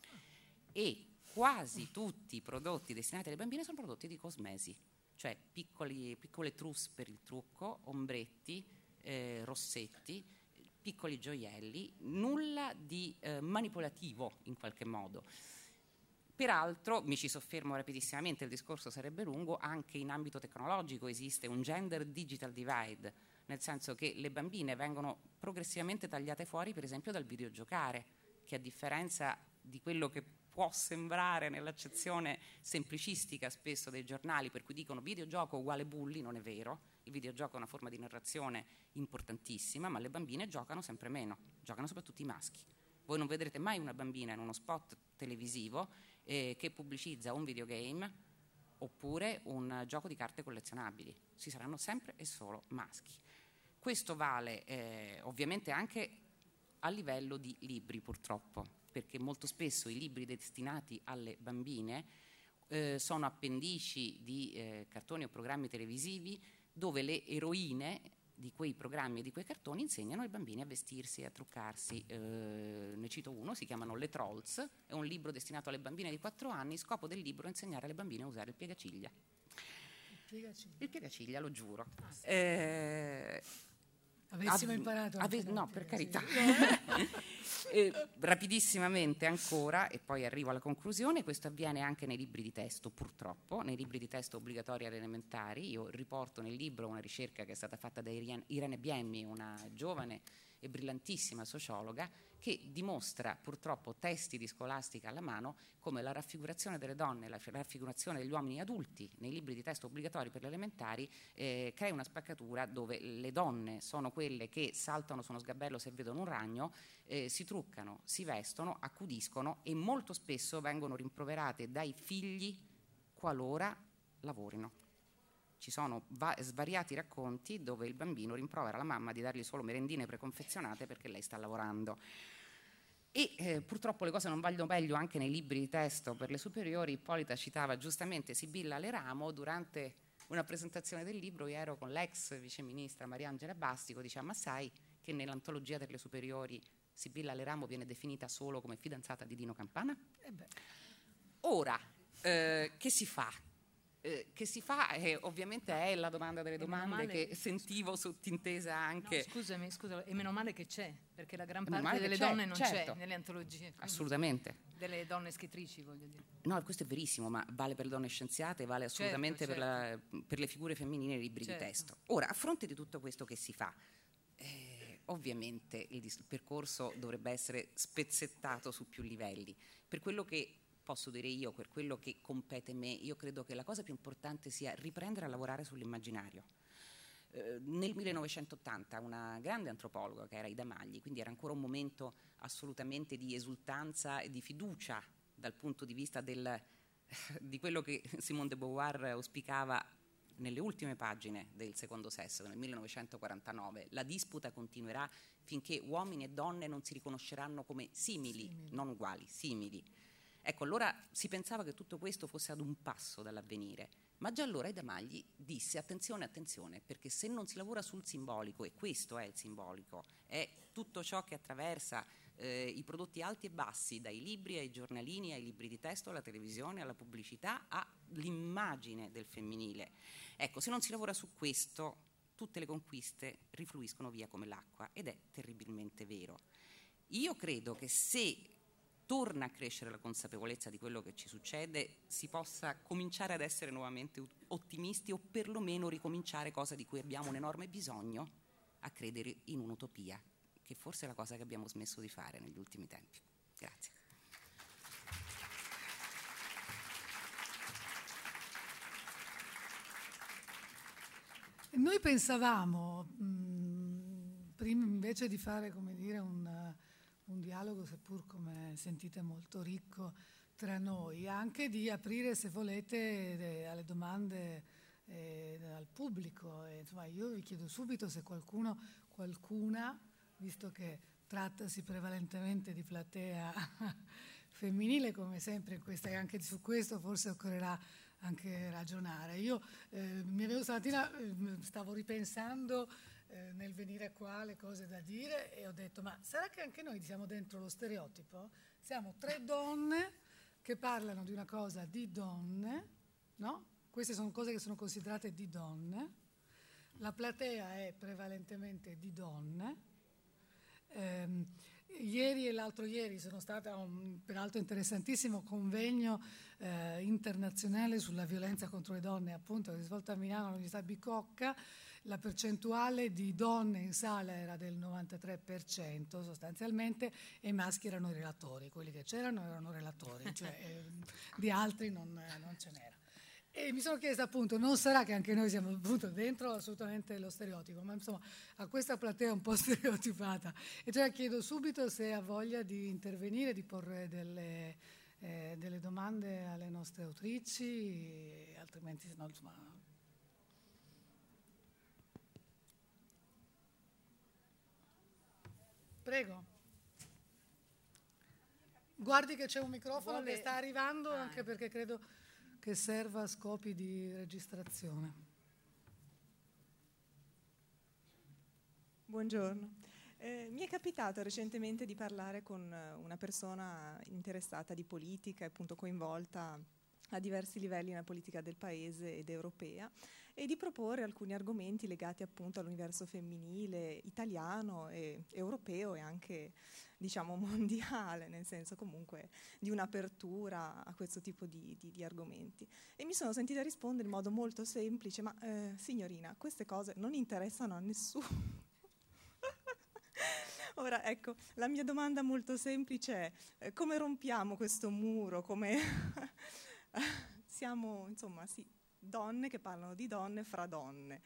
E quasi tutti i prodotti destinati alle bambine sono prodotti di cosmesi, cioè piccole trousse per il trucco, ombretti, rossetti, piccoli gioielli, nulla di manipolativo in qualche modo. Peraltro, mi ci soffermo rapidissimamente, il discorso sarebbe lungo, anche in ambito tecnologico esiste un gender digital divide, nel senso che le bambine vengono progressivamente tagliate fuori, per esempio, dal videogiocare, che a differenza di quello che può sembrare nell'accezione semplicistica spesso dei giornali, per cui dicono videogioco uguale bulli, non è vero. Il videogioco è una forma di narrazione importantissima, ma le bambine giocano sempre meno, giocano soprattutto i maschi. Voi non vedrete mai una bambina in uno spot televisivo che pubblicizza un videogame oppure un gioco di carte collezionabili. Ci saranno sempre e solo maschi. Questo vale ovviamente anche a livello di libri, purtroppo, perché molto spesso i libri destinati alle bambine sono appendici di cartoni o programmi televisivi dove le eroine di quei programmi e di quei cartoni insegnano ai bambini a vestirsi e a truccarsi. Ne cito uno, si chiamano Le Trolls, è un libro destinato alle bambine di 4 anni, scopo del libro è insegnare alle bambine a usare il piegaciglia. Il piegaciglia, lo giuro. Avessimo imparato no, per carità. Rapidissimamente ancora, e poi arrivo alla conclusione, questo avviene anche nei libri di testo, purtroppo, nei libri di testo obbligatori alle elementari. Io riporto nel libro una ricerca che è stata fatta da Irene Bienmi, una giovane e brillantissima sociologa, che dimostra purtroppo, testi di scolastica alla mano, come la raffigurazione delle donne, la raffigurazione degli uomini adulti nei libri di testo obbligatori per le elementari crea una spaccatura dove le donne sono quelle che saltano su uno sgabello se vedono un ragno, si truccano, si vestono, accudiscono e molto spesso vengono rimproverate dai figli qualora lavorino. Ci sono svariati racconti dove il bambino rimprovera la mamma di dargli solo merendine preconfezionate perché lei sta lavorando. E purtroppo le cose non vanno meglio anche nei libri di testo per le superiori. Ippolita citava giustamente Sibilla Leramo. Durante una presentazione del libro io ero con l'ex viceministra Mariangela Bastico, diceva: ma sai che nell'antologia delle superiori Sibilla Leramo viene definita solo come fidanzata di Dino Campana? Ora, che si fa? Che si fa ovviamente è la domanda delle domande che sentivo sottintesa anche. No, scusami, e meno male che c'è, perché la gran parte delle donne non c'è nelle antologie. Assolutamente. Delle donne scrittrici, voglio dire. No, questo è verissimo, ma vale per le donne scienziate, vale assolutamente certo. Per le figure femminili nei libri di testo. Ora, a fronte di tutto questo che si fa, ovviamente il percorso dovrebbe essere spezzettato su più livelli. Per quello che posso dire io, per quello che compete me, io credo che la cosa più importante sia riprendere a lavorare sull'immaginario. Nel 1980 una grande antropologa che era Ida Magli, quindi era ancora un momento assolutamente di esultanza e di fiducia dal punto di vista di quello che Simone de Beauvoir auspicava nelle ultime pagine del Secondo Sesso, nel 1949. La disputa continuerà finché uomini e donne non si riconosceranno come simili. Non uguali, simili. Ecco, allora si pensava che tutto questo fosse ad un passo dall'avvenire, ma già allora Ida Magli disse: attenzione, attenzione, perché se non si lavora sul simbolico, e questo è il simbolico, è tutto ciò che attraversa i prodotti alti e bassi, dai libri ai giornalini, ai libri di testo, alla televisione, alla pubblicità, all'immagine del femminile. Ecco, se non si lavora su questo, tutte le conquiste rifluiscono via come l'acqua, ed è terribilmente vero. Io credo che se torna a crescere la consapevolezza di quello che ci succede, si possa cominciare ad essere nuovamente ottimisti, o perlomeno ricominciare, cosa di cui abbiamo un enorme bisogno, a credere in un'utopia, che forse è la cosa che abbiamo smesso di fare negli ultimi tempi. Grazie. Noi pensavamo, prima invece di fare, come dire, un dialogo, seppur come sentite molto ricco tra noi, anche di aprire, se volete, alle domande al pubblico. Insomma, io vi chiedo subito se qualcuna, visto che trattasi prevalentemente di platea femminile, come sempre in questa, e anche su questo forse occorrerà anche ragionare. Io mi avevo stamattina, stavo ripensando nel venire qua le cose da dire, e ho detto: ma sarà che anche noi siamo dentro lo stereotipo? Siamo tre donne che parlano di una cosa di donne, no? Queste sono cose che sono considerate di donne, la platea è prevalentemente di donne. Ieri e l'altro ieri sono stata a un peraltro interessantissimo convegno internazionale sulla violenza contro le donne, appunto, che si è svolto a Milano all'Università Bicocca. La percentuale di donne in sala era del 93% sostanzialmente, e i maschi erano i relatori, quelli che c'erano erano relatori, cioè di altri non ce n'era. E mi sono chiesta, appunto, non sarà che anche noi siamo, appunto, dentro assolutamente lo stereotipo, ma insomma a questa platea un po' stereotipata, e cioè chiedo subito se ha voglia di intervenire, di porre delle domande alle nostre autrici, altrimenti no, insomma. Prego. Guardi che c'è un microfono che sta arrivando, anche perché credo che serva a scopi di registrazione. Buongiorno. Mi è capitato recentemente di parlare con una persona interessata di politica e appunto coinvolta a diversi livelli nella politica del paese ed europea, e di proporre alcuni argomenti legati appunto all'universo femminile italiano e europeo e anche, diciamo, mondiale, nel senso comunque di un'apertura a questo tipo di argomenti. E mi sono sentita rispondere in modo molto semplice: ma signorina, queste cose non interessano a nessuno. Ora, ecco, la mia domanda molto semplice è: come rompiamo questo muro? Come siamo, insomma, sì, donne che parlano di donne fra donne.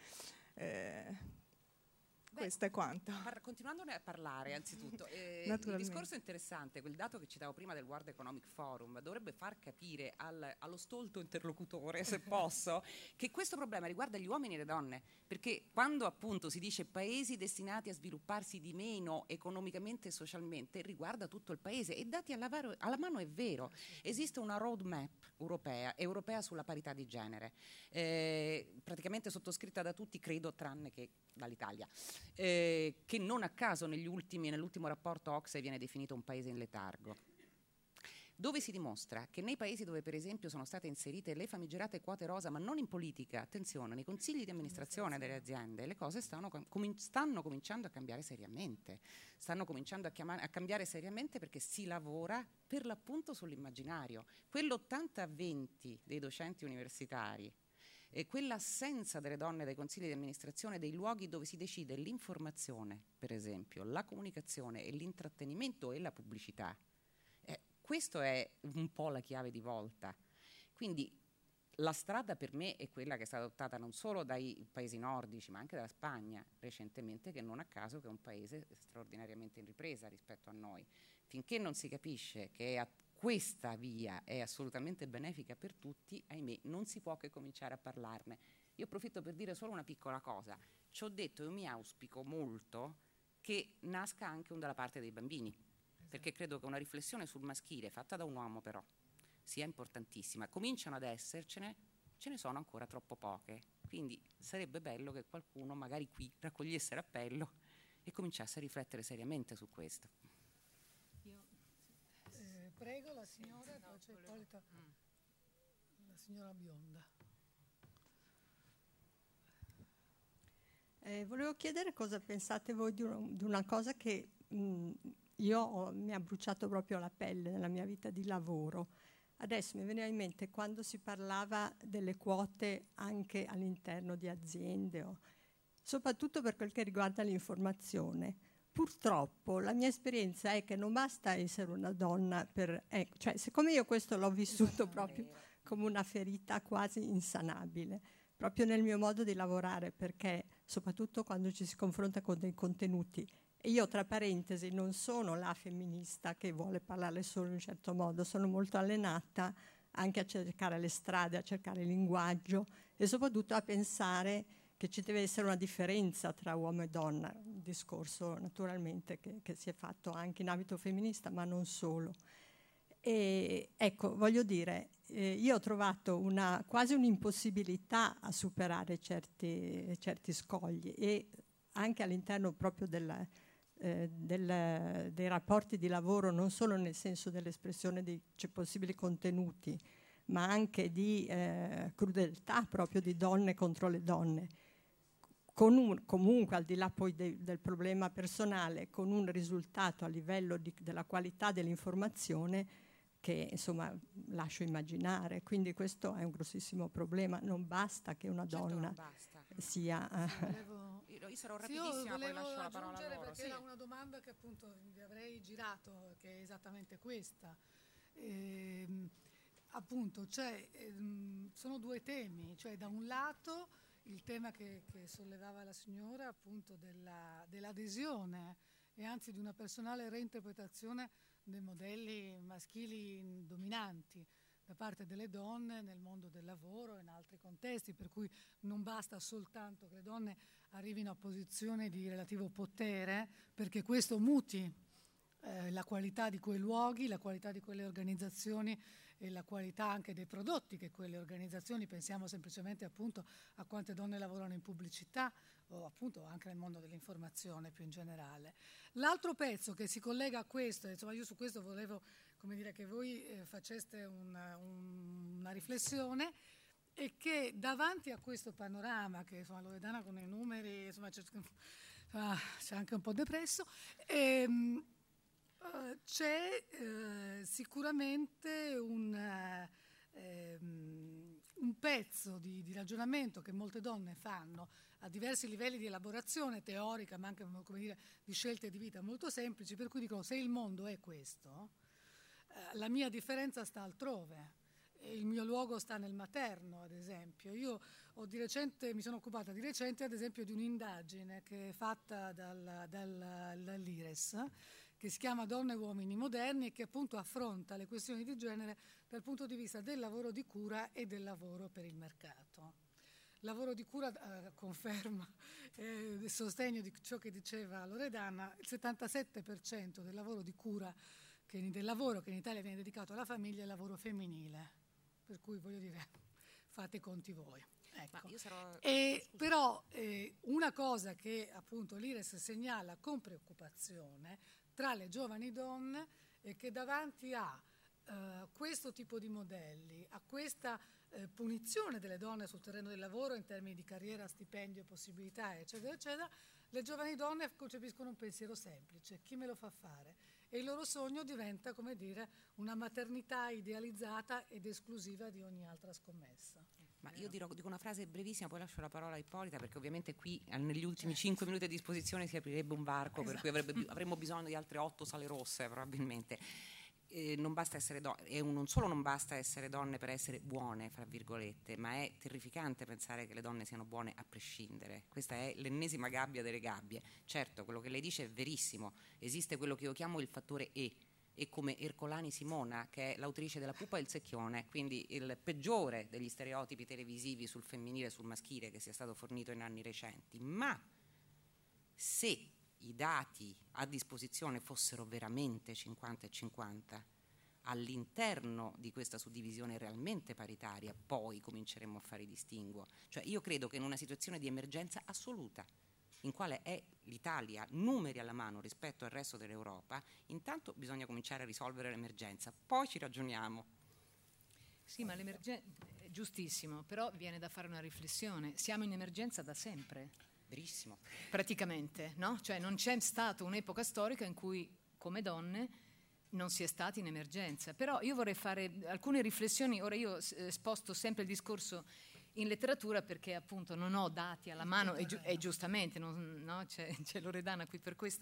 Questo è quanto. Continuandone a parlare, anzitutto, il discorso è interessante. Quel dato che citavo prima del World Economic Forum dovrebbe far capire allo stolto interlocutore, se posso, che questo problema riguarda gli uomini e le donne, perché quando appunto si dice paesi destinati a svilupparsi di meno economicamente e socialmente, riguarda tutto il paese, e dati alla mano è vero. Esiste una roadmap europea sulla parità di genere, praticamente sottoscritta da tutti, credo, tranne che dall'Italia, che non a caso nell'ultimo rapporto OCSE viene definito un paese in letargo, dove si dimostra che nei paesi dove per esempio sono state inserite le famigerate quote rosa, ma non in politica, attenzione, nei consigli di amministrazione delle aziende, le cose stanno cominciando a cambiare seriamente. Stanno cominciando a cambiare seriamente perché si lavora per l'appunto sull'immaginario. Quell'80-20 dei docenti universitari e quell'assenza delle donne dai consigli di amministrazione, dei luoghi dove si decide l'informazione, per esempio, la comunicazione e l'intrattenimento e la pubblicità, questo è un po' la chiave di volta. Quindi la strada per me è quella che è stata adottata non solo dai paesi nordici, ma anche dalla Spagna recentemente, che non a caso che è un paese straordinariamente in ripresa rispetto a noi. Finché non si capisce che questa via è assolutamente benefica per tutti, ahimè, non si può che cominciare a parlarne. Io approfitto per dire solo una piccola cosa. Ci ho detto, io mi auspico molto che nasca anche dalla parte dei bambini, perché credo che una riflessione sul maschile fatta da un uomo però sia importantissima. Cominciano ad essercene, ce ne sono ancora troppo poche, quindi sarebbe bello che qualcuno magari qui raccogliesse l'appello e cominciasse a riflettere seriamente su questo. Prego la signora, poi c'è Ippolita, la signora bionda. Volevo chiedere cosa pensate voi di una cosa che mi ha bruciato proprio la pelle nella mia vita di lavoro. Adesso mi veniva in mente quando si parlava delle quote anche all'interno di aziende, soprattutto per quel che riguarda l'informazione. Purtroppo la mia esperienza è che non basta essere una donna cioè, siccome io questo l'ho vissuto proprio come una ferita quasi insanabile, proprio nel mio modo di lavorare, perché soprattutto quando ci si confronta con dei contenuti, e io tra parentesi non sono la femminista che vuole parlare solo in un certo modo, sono molto allenata anche a cercare le strade, a cercare il linguaggio e soprattutto a pensare che ci deve essere una differenza tra uomo e donna, un discorso naturalmente che si è fatto anche in ambito femminista, ma non solo. E ecco, voglio dire, io ho trovato quasi un'impossibilità a superare certi scogli, e anche all'interno proprio dei rapporti di lavoro, non solo nel senso dell'espressione di possibili contenuti, ma anche di crudeltà proprio di donne contro le donne. Comunque al di là poi del problema personale, con un risultato a livello della qualità dell'informazione che insomma lascio immaginare. Quindi questo è un grossissimo problema. Non basta che una donna sia... Io sarò rapidissima, poi lascio la parola a loro. Perché era una domanda che appunto vi avrei girato, che è esattamente questa. Appunto, sono due temi, cioè da un lato il tema che sollevava la signora, appunto dell'adesione e anzi di una personale reinterpretazione dei modelli maschili dominanti da parte delle donne nel mondo del lavoro e in altri contesti, per cui non basta soltanto che le donne arrivino a posizioni di relativo potere, perché questo muti la qualità di quei luoghi, la qualità di quelle organizzazioni e la qualità anche dei prodotti che quelle organizzazioni, pensiamo semplicemente appunto a quante donne lavorano in pubblicità o appunto anche nel mondo dell'informazione più in generale. L'altro pezzo che si collega a questo, insomma io su questo volevo, come dire, che voi faceste una una riflessione, e che davanti a questo panorama, che insomma Loredana con i numeri insomma, c'è anche un po' depresso, c'è sicuramente un pezzo di ragionamento che molte donne fanno a diversi livelli di elaborazione teorica, ma anche, come dire, di scelte di vita molto semplici, per cui dicono: se il mondo è questo, la mia differenza sta altrove, il mio luogo sta nel materno, ad esempio. Io mi sono occupata di recente, ad esempio, di un'indagine che è fatta dall'IRES, che si chiama Donne e uomini moderni, e che appunto affronta le questioni di genere dal punto di vista del lavoro di cura e del lavoro per il mercato. Lavoro di cura conferma il sostegno di ciò che diceva Loredana: il 77% del lavoro di cura, del lavoro che in Italia viene dedicato alla famiglia, è lavoro femminile, per cui voglio dire, fate i conti voi. Ecco. Però una cosa che appunto l'IRES segnala con preoccupazione tra le giovani donne è che davanti a questo tipo di modelli, a questa punizione delle donne sul terreno del lavoro in termini di carriera, stipendio, possibilità, eccetera, eccetera, le giovani donne concepiscono un pensiero semplice: chi me lo fa fare? E il loro sogno diventa, come dire, una maternità idealizzata ed esclusiva di ogni altra scommessa. Ma io dico una frase brevissima, poi lascio la parola a Ippolita, perché ovviamente qui negli ultimi 5 minuti a disposizione si aprirebbe un varco, esatto, per cui avremmo bisogno di altre 8 sale rosse probabilmente. Non basta essere donne, e non solo non basta essere donne per essere buone, fra virgolette, ma è terrificante pensare che le donne siano buone a prescindere. Questa è l'ennesima gabbia delle gabbie. Certo, quello che lei dice è verissimo, esiste quello che io chiamo il fattore e come Ercolani Simona, che è l'autrice della Pupa e il secchione, quindi il peggiore degli stereotipi televisivi sul femminile e sul maschile che sia stato fornito in anni recenti. Ma se i dati a disposizione fossero veramente 50 e 50, all'interno di questa suddivisione realmente paritaria, poi cominceremo a fare i distinguo. Cioè io credo che in una situazione di emergenza assoluta, in quale è l'Italia numeri alla mano rispetto al resto dell'Europa, intanto bisogna cominciare a risolvere l'emergenza, poi ci ragioniamo. Sì, ma l'emergenza è giustissimo, però viene da fare una riflessione. Siamo in emergenza da sempre. Verissimo. Praticamente, no? Cioè non c'è stata un'epoca storica in cui come donne non si è stati in emergenza. Però io vorrei fare alcune riflessioni. Ora io sposto sempre il discorso in letteratura perché appunto non ho dati alla mano e giustamente no? c'è Loredana qui per questo.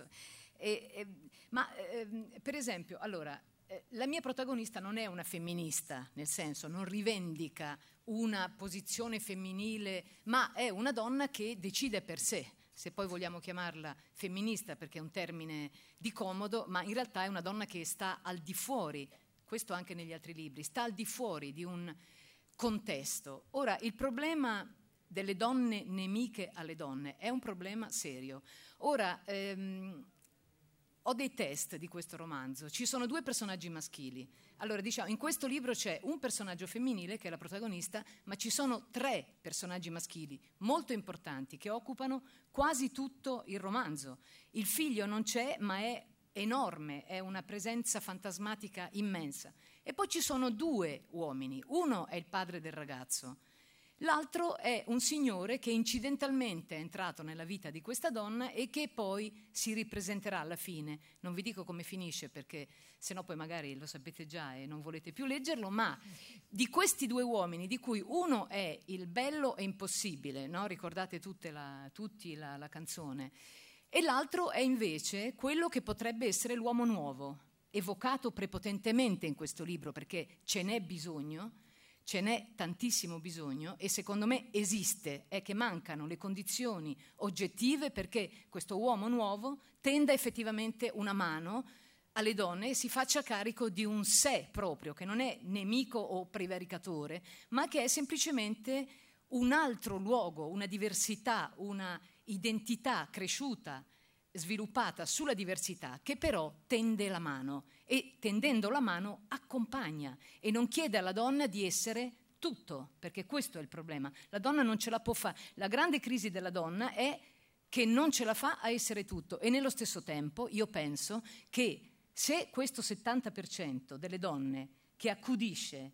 Per esempio, allora, la mia protagonista non è una femminista, nel senso non rivendica una posizione femminile, ma è una donna che decide per sé. Se poi vogliamo chiamarla femminista perché è un termine di comodo, ma in realtà è una donna che sta al di fuori, questo anche negli altri libri, sta al di fuori di un contesto. Ora, il problema delle donne nemiche alle donne è un problema serio. Ora, ho dei test di questo romanzo. Ci sono 2 personaggi maschili. Allora, diciamo, in questo libro c'è un personaggio femminile, che è la protagonista, ma ci sono 3 personaggi maschili molto importanti che occupano quasi tutto il romanzo. Il figlio non c'è, ma è enorme, è una presenza fantasmatica immensa. E poi ci sono 2 uomini. Uno è il padre del ragazzo. L'altro è un signore che incidentalmente è entrato nella vita di questa donna e che poi si ripresenterà alla fine. Non vi dico come finisce perché sennò poi magari lo sapete già e non volete più leggerlo, ma di questi 2 uomini, di cui uno è il bello e impossibile, no? Ricordate tutti la canzone, e l'altro è invece quello che potrebbe essere l'uomo nuovo, evocato prepotentemente in questo libro perché ce n'è bisogno. Ce n'è tantissimo bisogno e secondo me esiste, è che mancano le condizioni oggettive perché questo uomo nuovo tenda effettivamente una mano alle donne e si faccia carico di un sé proprio, che non è nemico o prevaricatore, ma che è semplicemente un altro luogo, una diversità, una identità cresciuta, sviluppata sulla diversità, che però tende la mano e tendendo la mano accompagna e non chiede alla donna di essere tutto, perché questo è il problema. La donna non ce la può fare. La grande crisi della donna è che non ce la fa a essere tutto e nello stesso tempo io penso che se questo 70% delle donne che accudisce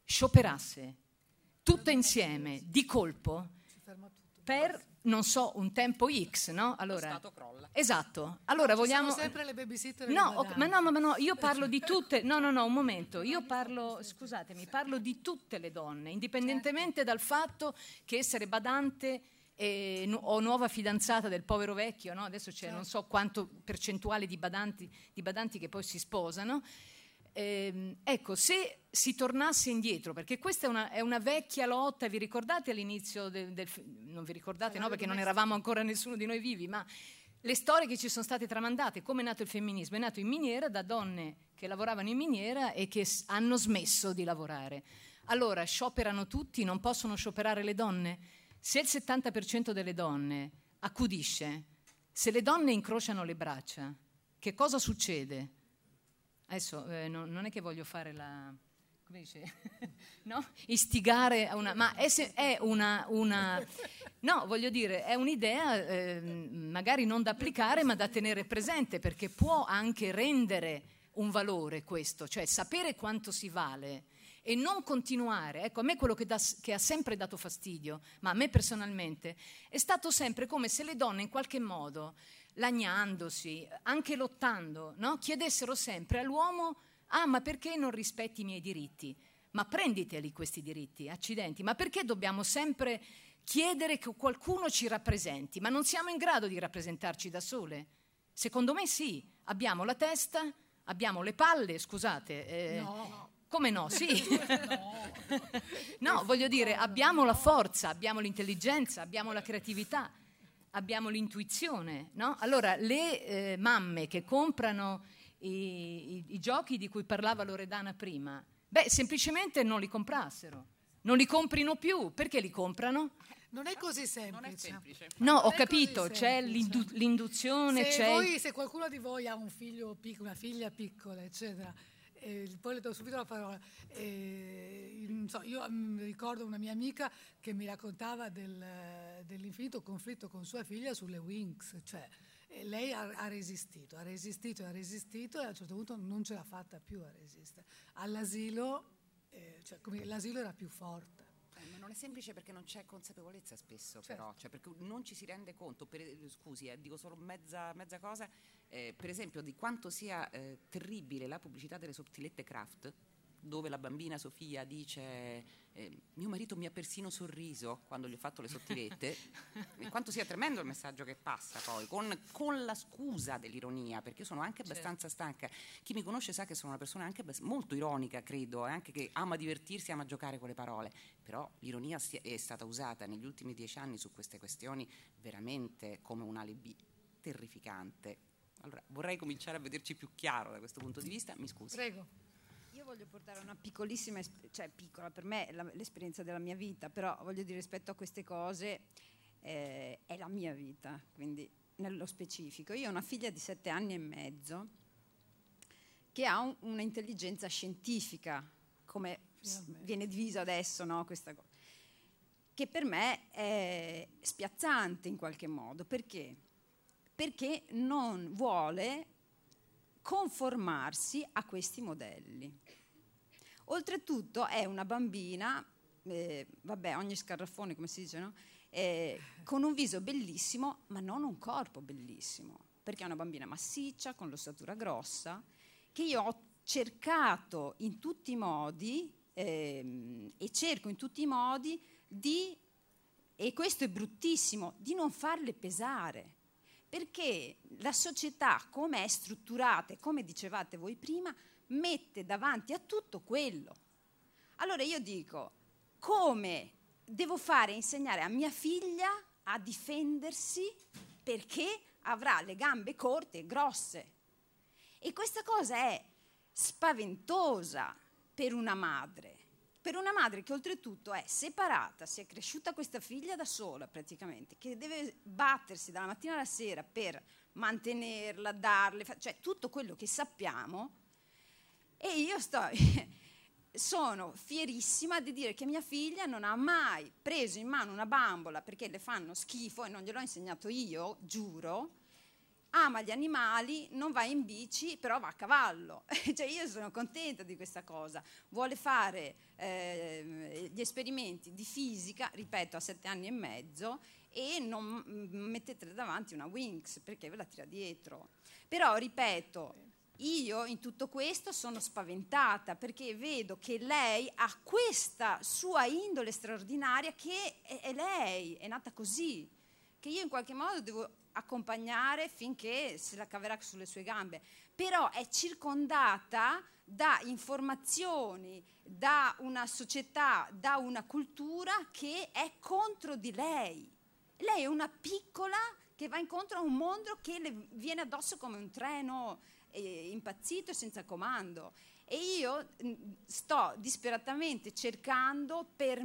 scioperasse tutte insieme, di colpo, per, non so, un tempo X, no? Allora, lo Stato crolla. Esatto. Allora vogliamo... Sono sempre le babysitter. No, ma no, io parlo di tutte... No, un momento. Io parlo, scusatemi, parlo di tutte le donne, indipendentemente dal fatto che essere badante o nuova fidanzata del povero vecchio, no? Adesso c'è non so quanto percentuale di badanti che poi si sposano. Ecco, se si tornasse indietro, perché questa è una vecchia lotta, vi ricordate all'inizio non vi ricordate, no, perché non eravamo ancora nessuno di noi vivi, ma le storie che ci sono state tramandate, come è nato il femminismo? È nato in miniera da donne che lavoravano in miniera e che hanno smesso di lavorare. Allora, scioperano tutti, non possono scioperare le donne? Se il 70% delle donne accudisce, se le donne incrociano le braccia, che cosa succede? Adesso non è che voglio fare la... come dice? No? Istigare a una... ma è una... no, voglio dire, è un'idea magari non da applicare ma da tenere presente, perché può anche rendere un valore questo, cioè sapere quanto si vale e non continuare. Ecco, a me quello che ha sempre dato fastidio, ma a me personalmente, è stato sempre come se le donne in qualche modo, lagnandosi, anche lottando, no? Chiedessero sempre all'uomo: ah, ma perché non rispetti i miei diritti? Ma prenditeli questi diritti, accidenti, ma perché dobbiamo sempre chiedere che qualcuno ci rappresenti? Ma non siamo in grado di rappresentarci da sole? Secondo me sì, abbiamo la testa, abbiamo le palle, scusate. No. Come no? Sì. No, voglio dire, abbiamo la forza, abbiamo l'intelligenza, abbiamo la creatività, abbiamo l'intuizione, no? Allora, le mamme che comprano i giochi di cui parlava Loredana prima, semplicemente non li comprassero, non li comprino più. Perché li comprano? Non è così semplice. Non è semplice. No, ho capito, c'è l'induzione, Se qualcuno di voi ha un figlio una figlia piccola, eccetera, poi le do subito la parola. Io ricordo una mia amica che mi raccontava dell'infinito conflitto con sua figlia sulle Winx, cioè lei ha resistito e a un certo punto non ce l'ha fatta più a resistere. All'asilo, l'asilo era più forte. Ma non è semplice perché non c'è consapevolezza spesso, certo. Però, cioè perché non ci si rende conto, scusi, dico solo mezza cosa, per esempio di quanto sia terribile la pubblicità delle sottilette Kraft, dove la bambina Sofia dice mio marito mi ha persino sorriso quando gli ho fatto le sottilette, e quanto sia tremendo il messaggio che passa poi, con la scusa dell'ironia, perché io sono anche abbastanza stanca. Chi mi conosce sa che sono una persona anche molto ironica, credo, anche che ama divertirsi, ama giocare con le parole, però l'ironia è stata usata negli ultimi 10 anni su queste questioni veramente come un alibi terrificante. Allora, vorrei cominciare a vederci più chiaro da questo punto di vista, mi scusi. Prego. Io voglio portare una piccolissima, cioè piccola per me, l'esperienza della mia vita, però voglio dire, rispetto a queste cose è la mia vita, quindi nello specifico. Io ho una figlia di 7 anni e mezzo che ha un'intelligenza scientifica, come viene diviso adesso, no, questa cosa, che per me è spiazzante in qualche modo. Perché? Perché non vuole conformarsi a questi modelli. Oltretutto è una bambina, ogni scarraffone, come si dice, no? Con un viso bellissimo, ma non un corpo bellissimo, perché è una bambina massiccia, con l'ossatura grossa, che io ho cercato in tutti i modi, e cerco in tutti i modi e questo è bruttissimo, di non farle pesare. Perché la società, come è strutturata e come dicevate voi prima, mette davanti a tutto quello. Allora io dico, come devo fare insegnare a mia figlia a difendersi perché avrà le gambe corte e grosse? E questa cosa è spaventosa per una madre che oltretutto è separata, si è cresciuta questa figlia da sola praticamente, che deve battersi dalla mattina alla sera per mantenerla, darle, cioè tutto quello che sappiamo. E io sono fierissima di dire che mia figlia non ha mai preso in mano una bambola perché le fanno schifo, e non gliel'ho insegnato io, giuro, ama gli animali, non va in bici, però va a cavallo. Cioè io sono contenta di questa cosa. Vuole fare gli esperimenti di fisica, ripeto, a 7 anni e mezzo, e non mettetele davanti una Winx, perché ve la tira dietro. Però, ripeto, io in tutto questo sono spaventata, perché vedo che lei ha questa sua indole straordinaria, che è lei, è nata così, che io in qualche modo devo accompagnare finché se la caverà sulle sue gambe, però è circondata da informazioni, da una società, da una cultura che è contro di lei. Lei è una piccola che va incontro a un mondo che le viene addosso come un treno impazzito e senza comando. E io sto disperatamente cercando per